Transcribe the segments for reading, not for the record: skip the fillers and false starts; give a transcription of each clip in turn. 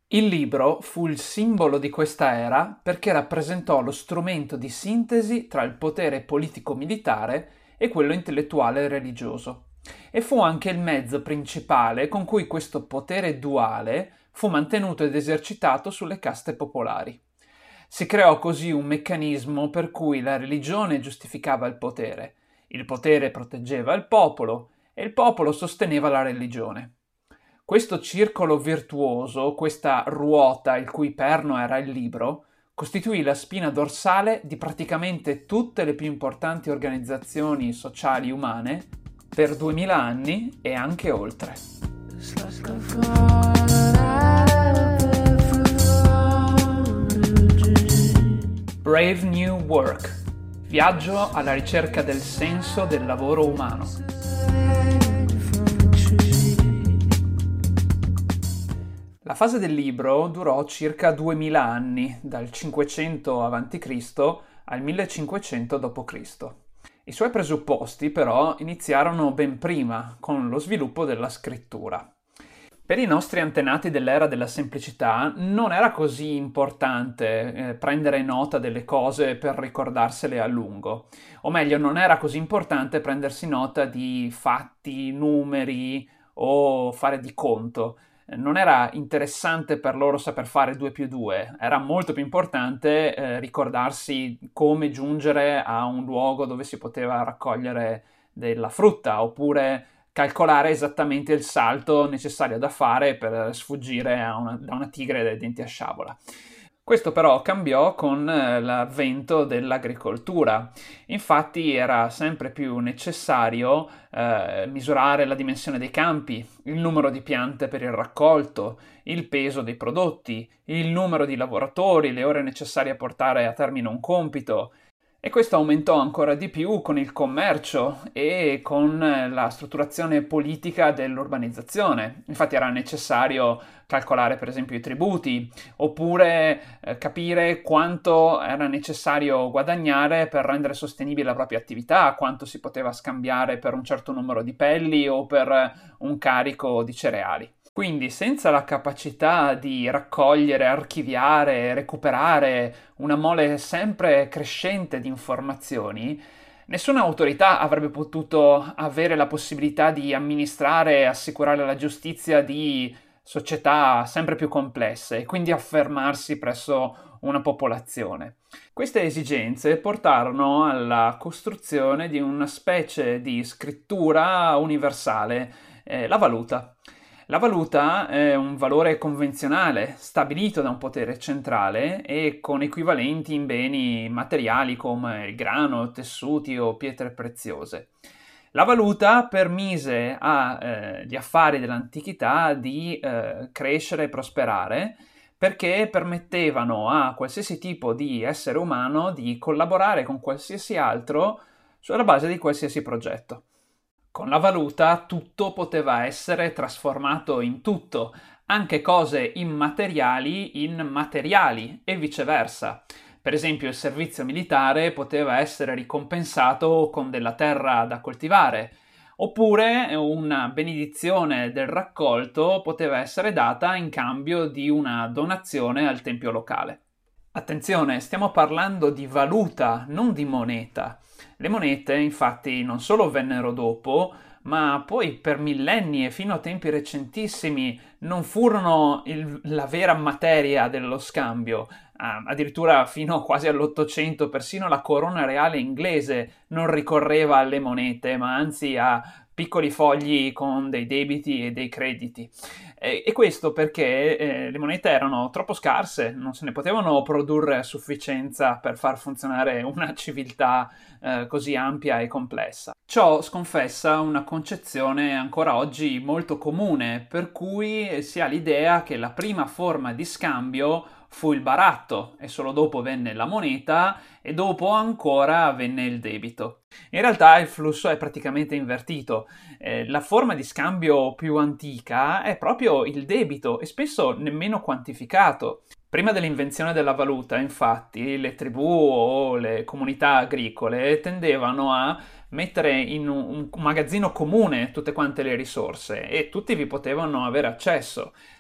Il libro fu il simbolo di questa era perché rappresentò lo strumento di sintesi tra il potere politico-militare e quello intellettuale e religioso. E fu anche il mezzo principale con cui questo potere duale fu mantenuto ed esercitato sulle caste popolari. Si creò così un meccanismo per cui la religione giustificava il potere proteggeva il popolo e il popolo sosteneva la religione. Questo circolo virtuoso, questa ruota il cui perno era il libro, costituì la spina dorsale di praticamente tutte le più importanti organizzazioni sociali umane per 2000 anni e anche oltre. Brave New Work. Viaggio alla ricerca del senso del lavoro umano. La fase del libro durò circa 2000 anni, dal 500 a.C. al 1500 d.C. I suoi presupposti, però, iniziarono ben prima, con lo sviluppo della scrittura. Per i nostri antenati dell'era della semplicità non era così importante prendere nota delle cose per ricordarsele a lungo. O meglio, non era così importante prendersi nota di fatti, numeri o fare di conto. Non era interessante per loro saper fare 2 più 2, era molto più importante ricordarsi come giungere a un luogo dove si poteva raccogliere della frutta, oppure calcolare esattamente il salto necessario da fare per sfuggire da una tigre dai denti a sciabola. Questo però cambiò con l'avvento dell'agricoltura. Infatti era sempre più necessario misurare la dimensione dei campi, il numero di piante per il raccolto, il peso dei prodotti, il numero di lavoratori, le ore necessarie a portare a termine un compito. E questo aumentò ancora di più con il commercio e con la strutturazione politica dell'urbanizzazione. Infatti era necessario calcolare per esempio i tributi, oppure capire quanto era necessario guadagnare per rendere sostenibile la propria attività, quanto si poteva scambiare per un certo numero di pelli o per un carico di cereali. Quindi senza la capacità di raccogliere, archiviare, recuperare una mole sempre crescente di informazioni, nessuna autorità avrebbe potuto avere la possibilità di amministrare e assicurare la giustizia di società sempre più complesse e quindi affermarsi presso una popolazione. Queste esigenze portarono alla costruzione di una specie di scrittura universale, la valuta. La valuta è un valore convenzionale, stabilito da un potere centrale e con equivalenti in beni materiali come il grano, tessuti o pietre preziose. La valuta permise agli affari dell'antichità di crescere e prosperare perché permettevano a qualsiasi tipo di essere umano di collaborare con qualsiasi altro sulla base di qualsiasi progetto. Con la valuta tutto poteva essere trasformato in tutto, anche cose immateriali in materiali e viceversa. Per esempio, il servizio militare poteva essere ricompensato con della terra da coltivare, oppure una benedizione del raccolto poteva essere data in cambio di una donazione al tempio locale. Attenzione, stiamo parlando di valuta, non di moneta. Le monete, infatti, non solo vennero dopo, ma poi per millenni e fino a tempi recentissimi non furono la vera materia dello scambio. Addirittura fino quasi all'Ottocento, persino la corona reale inglese non ricorreva alle monete, ma anzi a piccoli fogli con dei debiti e dei crediti. E questo perché le monete erano troppo scarse, non se ne potevano produrre a sufficienza per far funzionare una civiltà così ampia e complessa. Ciò sconfessa una concezione ancora oggi molto comune, per cui si ha l'idea che la prima forma di scambio fu il baratto e solo dopo venne la moneta e dopo ancora venne il debito. In realtà il flusso è praticamente invertito. La forma di scambio più antica è proprio il debito e spesso nemmeno quantificato. Prima dell'invenzione della valuta, infatti, le tribù o le comunità agricole tendevano a mettere in un magazzino comune tutte quante le risorse e tutti vi potevano avere accesso.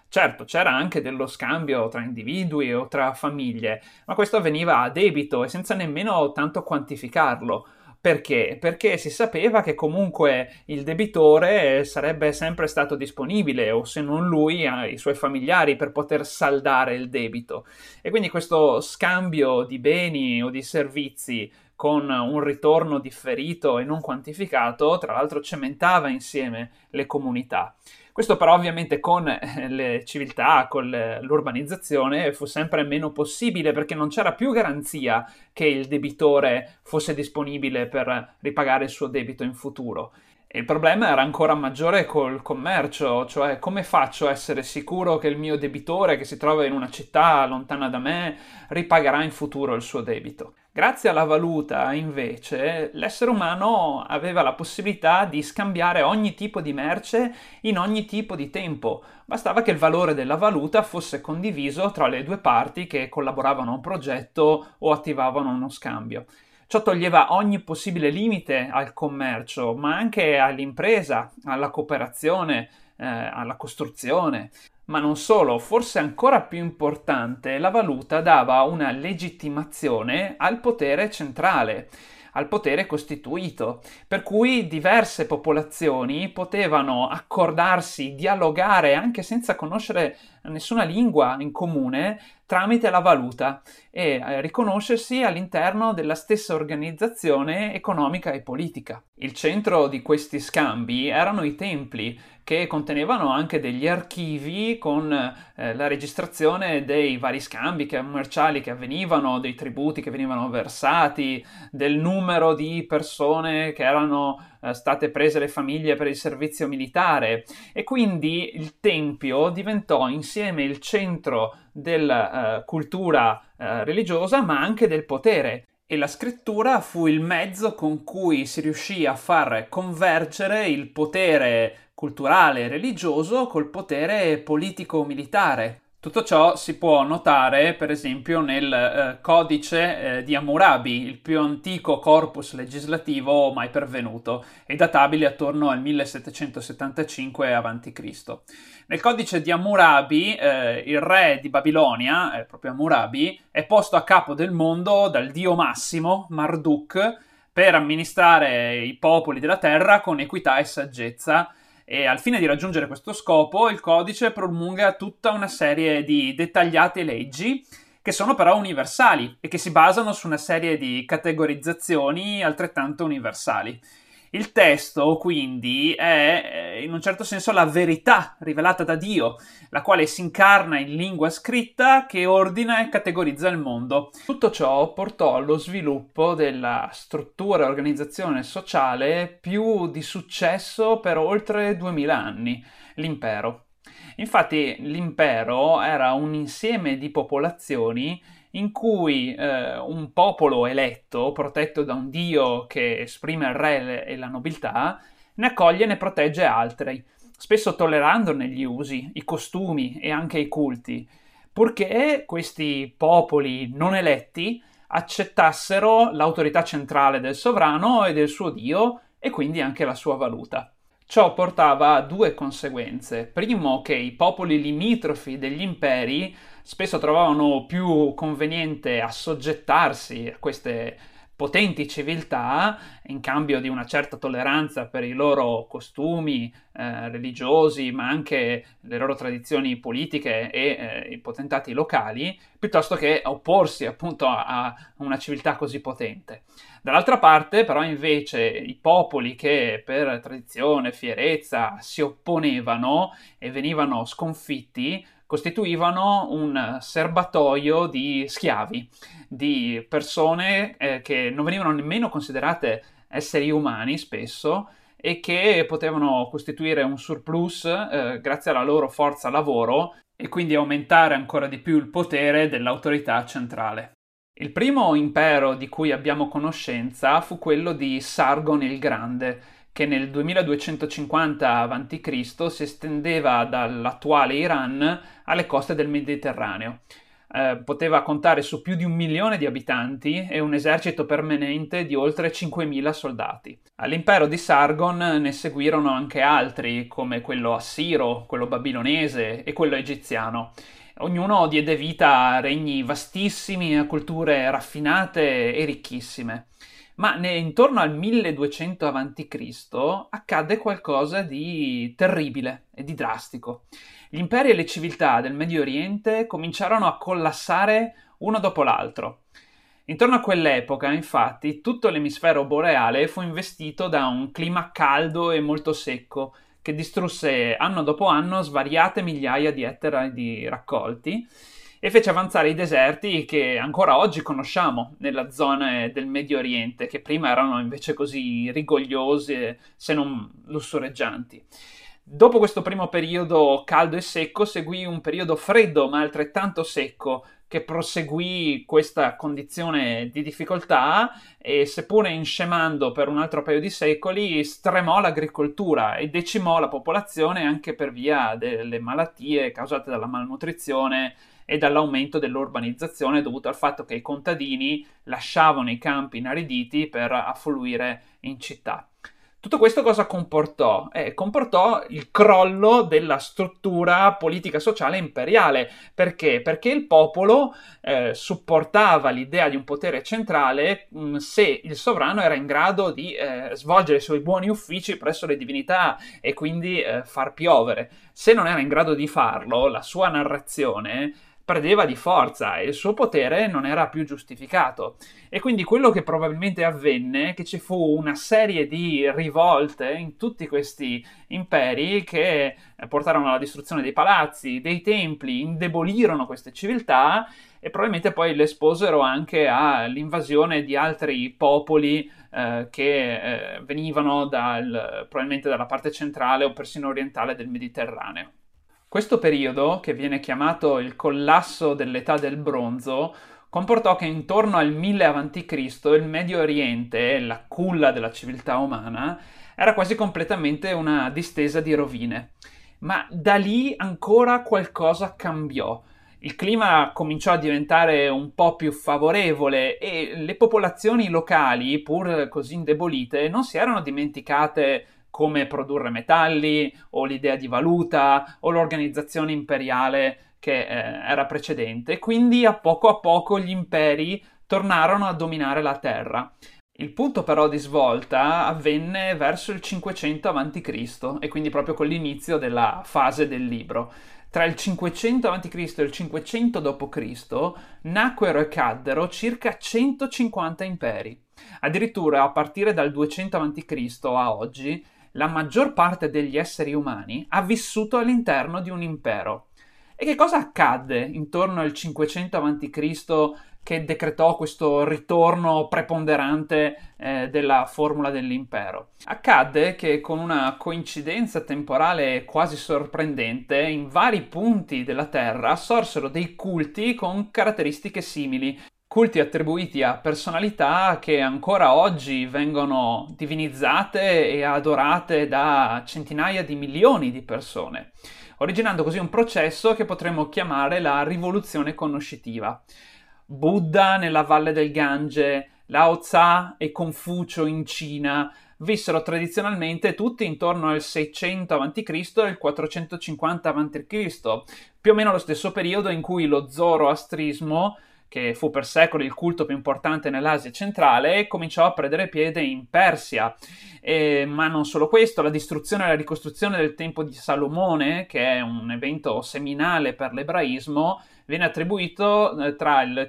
Certo, c'era anche dello scambio tra individui o tra famiglie, ma questo avveniva a debito e senza nemmeno tanto quantificarlo. Perché? Perché si sapeva che comunque il debitore sarebbe sempre stato disponibile, o se non lui, ai suoi familiari per poter saldare il debito. E quindi questo scambio di beni o di servizi con un ritorno differito e non quantificato, tra l'altro cementava insieme le comunità. Questo però ovviamente con le civiltà, con l'urbanizzazione fu sempre meno possibile perché non c'era più garanzia che il debitore fosse disponibile per ripagare il suo debito in futuro. E il problema era ancora maggiore col commercio, cioè come faccio a essere sicuro che il mio debitore che si trova in una città lontana da me ripagherà in futuro il suo debito. Grazie alla valuta, invece, l'essere umano aveva la possibilità di scambiare ogni tipo di merce in ogni tipo di tempo. Bastava che il valore della valuta fosse condiviso tra le due parti che collaboravano a un progetto o attivavano uno scambio. Ciò toglieva ogni possibile limite al commercio, ma anche all'impresa, alla cooperazione, alla costruzione. Ma non solo, forse ancora più importante, la valuta dava una legittimazione al potere centrale, al potere costituito, per cui diverse popolazioni potevano accordarsi, dialogare anche senza conoscere nessuna lingua in comune tramite la valuta e riconoscersi all'interno della stessa organizzazione economica e politica. Il centro di questi scambi erano i templi, che contenevano anche degli archivi con la registrazione dei vari scambi commerciali che avvenivano, dei tributi che venivano versati, del numero di persone che erano state prese le famiglie per il servizio militare, e quindi il tempio diventò insieme il centro della cultura religiosa ma anche del potere. E la scrittura fu il mezzo con cui si riuscì a far convergere il potere culturale e religioso col potere politico-militare. Tutto ciò si può notare, per esempio, nel codice di Hammurabi, il più antico corpus legislativo mai pervenuto, e databile attorno al 1775 a.C. Nel codice di Hammurabi, il re di Babilonia, proprio Hammurabi, è posto a capo del mondo dal dio massimo, Marduk, per amministrare i popoli della terra con equità e saggezza. E al fine di raggiungere questo scopo, il codice promulga tutta una serie di dettagliate leggi che sono però universali e che si basano su una serie di categorizzazioni altrettanto universali. Il testo, quindi, è in un certo senso la verità rivelata da Dio, la quale si incarna in lingua scritta che ordina e categorizza il mondo. Tutto ciò portò allo sviluppo della struttura e organizzazione sociale più di successo per oltre 2000 anni, l'impero. Infatti l'impero era un insieme di popolazioni in cui un popolo eletto, protetto da un dio che esprime il re e la nobiltà, ne accoglie e ne protegge altri, spesso tollerandone gli usi, i costumi e anche i culti, purché questi popoli non eletti accettassero l'autorità centrale del sovrano e del suo dio e quindi anche la sua valuta. Ciò portava a due conseguenze. Primo, che i popoli limitrofi degli imperi spesso trovavano più conveniente assoggettarsi a queste potenti civiltà in cambio di una certa tolleranza per i loro costumi religiosi, ma anche le loro tradizioni politiche e i potentati locali, piuttosto che opporsi appunto a una civiltà così potente. Dall'altra parte, però, invece, i popoli che per tradizione, fierezza si opponevano e venivano sconfitti costituivano un serbatoio di schiavi, di persone che non venivano nemmeno considerate esseri umani spesso e che potevano costituire un surplus grazie alla loro forza lavoro e quindi aumentare ancora di più il potere dell'autorità centrale. Il primo impero di cui abbiamo conoscenza fu quello di Sargon il Grande, che nel 2250 a.C. si estendeva dall'attuale Iran alle coste del Mediterraneo. poteva contare su più di 1 milione di abitanti e un esercito permanente di oltre 5.000 soldati. All'impero di Sargon ne seguirono anche altri, come quello assiro, quello babilonese e quello egiziano. Ognuno diede vita a regni vastissimi, a culture raffinate e ricchissime. Ma intorno al 1200 a.C. accadde qualcosa di terribile e di drastico. Gli imperi e le civiltà del Medio Oriente cominciarono a collassare uno dopo l'altro. Intorno a quell'epoca, infatti, tutto l'emisfero boreale fu investito da un clima caldo e molto secco, che distrusse anno dopo anno svariate migliaia di ettari di raccolti e fece avanzare i deserti che ancora oggi conosciamo nella zona del Medio Oriente, che prima erano invece così rigogliose, se non lussureggianti. Dopo questo primo periodo caldo e secco seguì un periodo freddo ma altrettanto secco, che proseguì questa condizione di difficoltà e, seppure inscemando per un altro paio di secoli, stremò l'agricoltura e decimò la popolazione anche per via delle malattie causate dalla malnutrizione e dall'aumento dell'urbanizzazione dovuto al fatto che i contadini lasciavano i campi inariditi per affluire in città. Tutto questo cosa comportò? Comportò il crollo della struttura politica sociale imperiale. Perché? Perché il popolo supportava l'idea di un potere centrale se il sovrano era in grado di svolgere i suoi buoni uffici presso le divinità e quindi far piovere. Se non era in grado di farlo, la sua narrazione perdeva di forza e il suo potere non era più giustificato. E quindi quello che probabilmente avvenne è che ci fu una serie di rivolte in tutti questi imperi che portarono alla distruzione dei palazzi, dei templi, indebolirono queste civiltà e probabilmente poi le esposero anche all'invasione di altri popoli che venivano probabilmente dalla parte centrale o persino orientale del Mediterraneo. Questo periodo, che viene chiamato il collasso dell'età del bronzo, comportò che intorno al 1000 a.C. il Medio Oriente, la culla della civiltà umana, era quasi completamente una distesa di rovine. Ma da lì ancora qualcosa cambiò. Il clima cominciò a diventare un po' più favorevole e le popolazioni locali, pur così indebolite, non si erano dimenticate come produrre metalli o l'idea di valuta o l'organizzazione imperiale che era precedente. Quindi a poco gli imperi tornarono a dominare la terra. Il punto però di svolta avvenne verso il 500 a.C. e quindi proprio con l'inizio della fase del libro. Tra il 500 a.C. e il 500 d.C. nacquero e caddero circa 150 imperi. Addirittura a partire dal 200 a.C. a oggi, la maggior parte degli esseri umani ha vissuto all'interno di un impero. E che cosa accadde intorno al 500 a.C. che decretò questo ritorno preponderante della formula dell'impero? Accadde che, con una coincidenza temporale quasi sorprendente, in vari punti della Terra sorsero dei culti con caratteristiche simili. Culti attribuiti a personalità che ancora oggi vengono divinizzate e adorate da centinaia di milioni di persone, originando così un processo che potremmo chiamare la rivoluzione conoscitiva. Buddha nella valle del Gange, Lao Tzu e Confucio in Cina vissero tradizionalmente tutti intorno al 600 a.C. e il 450 a.C., più o meno lo stesso periodo in cui lo zoroastrismo, che fu per secoli il culto più importante nell'Asia centrale, cominciò a prendere piede in Persia. Ma non solo questo, la distruzione e la ricostruzione del Tempio di Salomone, che è un evento seminale per l'ebraismo, viene attribuito tra il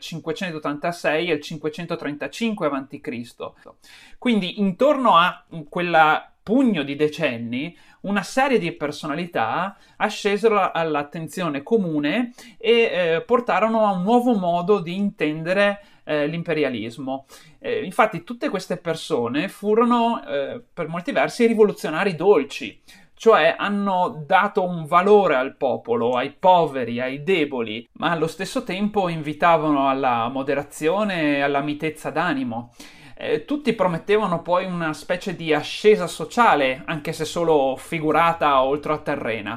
586 e il 535 a.C. Quindi intorno a quella pugno di decenni una serie di personalità ascesero all'attenzione comune e portarono a un nuovo modo di intendere l'imperialismo. Infatti tutte queste persone furono per molti versi rivoluzionari dolci, cioè hanno dato un valore al popolo, ai poveri, ai deboli, ma allo stesso tempo invitavano alla moderazione e alla mitezza d'animo. Tutti promettevano poi una specie di ascesa sociale, anche se solo figurata o ultraterrena.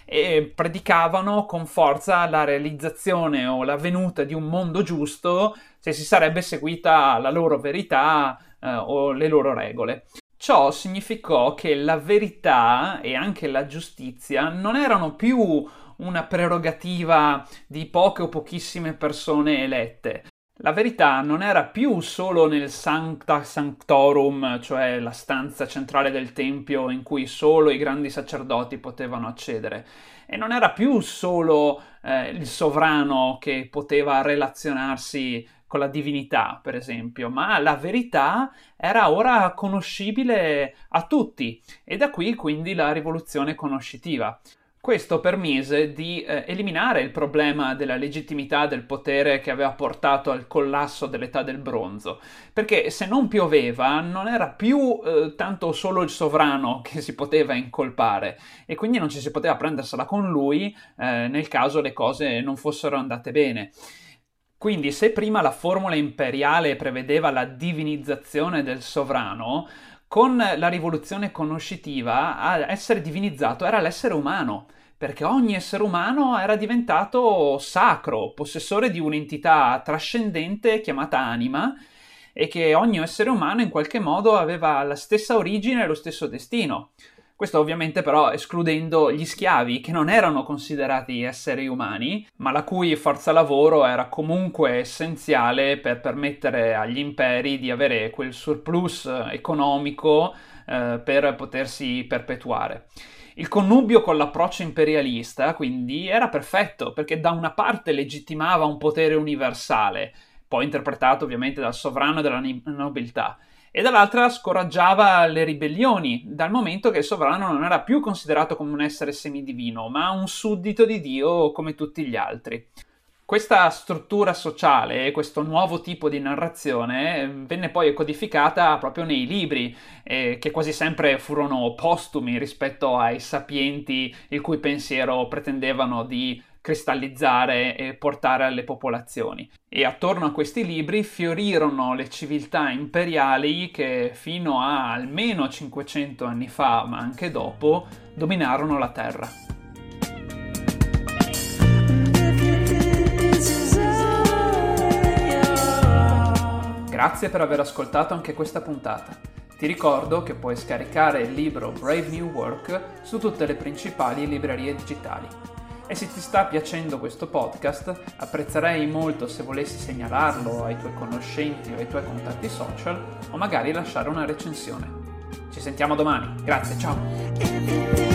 e predicavano con forza la realizzazione o la venuta di un mondo giusto se si sarebbe seguita la loro verità o le loro regole. Ciò significò che la verità e anche la giustizia non erano più una prerogativa di poche o pochissime persone elette. La verità non era più solo nel Sancta Sanctorum, cioè la stanza centrale del Tempio in cui solo i grandi sacerdoti potevano accedere, e non era più solo il sovrano che poteva relazionarsi con la divinità, per esempio, ma la verità era ora conoscibile a tutti, e da qui quindi la rivoluzione conoscitiva. Questo permise di eliminare il problema della legittimità del potere che aveva portato al collasso dell'età del bronzo, perché se non pioveva non era più tanto solo il sovrano che si poteva incolpare e quindi non ci si poteva prendersela con lui nel caso le cose non fossero andate bene. Quindi se prima la formula imperiale prevedeva la divinizzazione del sovrano, con la rivoluzione conoscitiva a essere divinizzato era l'essere umano, perché ogni essere umano era diventato sacro, possessore di un'entità trascendente chiamata anima, e che ogni essere umano in qualche modo aveva la stessa origine e lo stesso destino. Questo ovviamente però escludendo gli schiavi, che non erano considerati esseri umani, ma la cui forza lavoro era comunque essenziale per permettere agli imperi di avere quel surplus economico per potersi perpetuare. Il connubio con l'approccio imperialista, quindi, era perfetto, perché da una parte legittimava un potere universale, poi interpretato ovviamente dal sovrano e dalla nobiltà, e dall'altra scoraggiava le ribellioni, dal momento che il sovrano non era più considerato come un essere semidivino, ma un suddito di Dio come tutti gli altri. Questa struttura sociale, questo nuovo tipo di narrazione, venne poi codificata proprio nei libri, che quasi sempre furono postumi rispetto ai sapienti il cui pensiero pretendevano di cristallizzare e portare alle popolazioni. E attorno a questi libri fiorirono le civiltà imperiali che fino a almeno 500 anni fa, ma anche dopo, dominarono la Terra. Grazie per aver ascoltato anche questa puntata. Ti ricordo che puoi scaricare il libro Brave New Work su tutte le principali librerie digitali. E se ti sta piacendo questo podcast, apprezzerei molto se volessi segnalarlo ai tuoi conoscenti o ai tuoi contatti social o magari lasciare una recensione. Ci sentiamo domani. Grazie, ciao!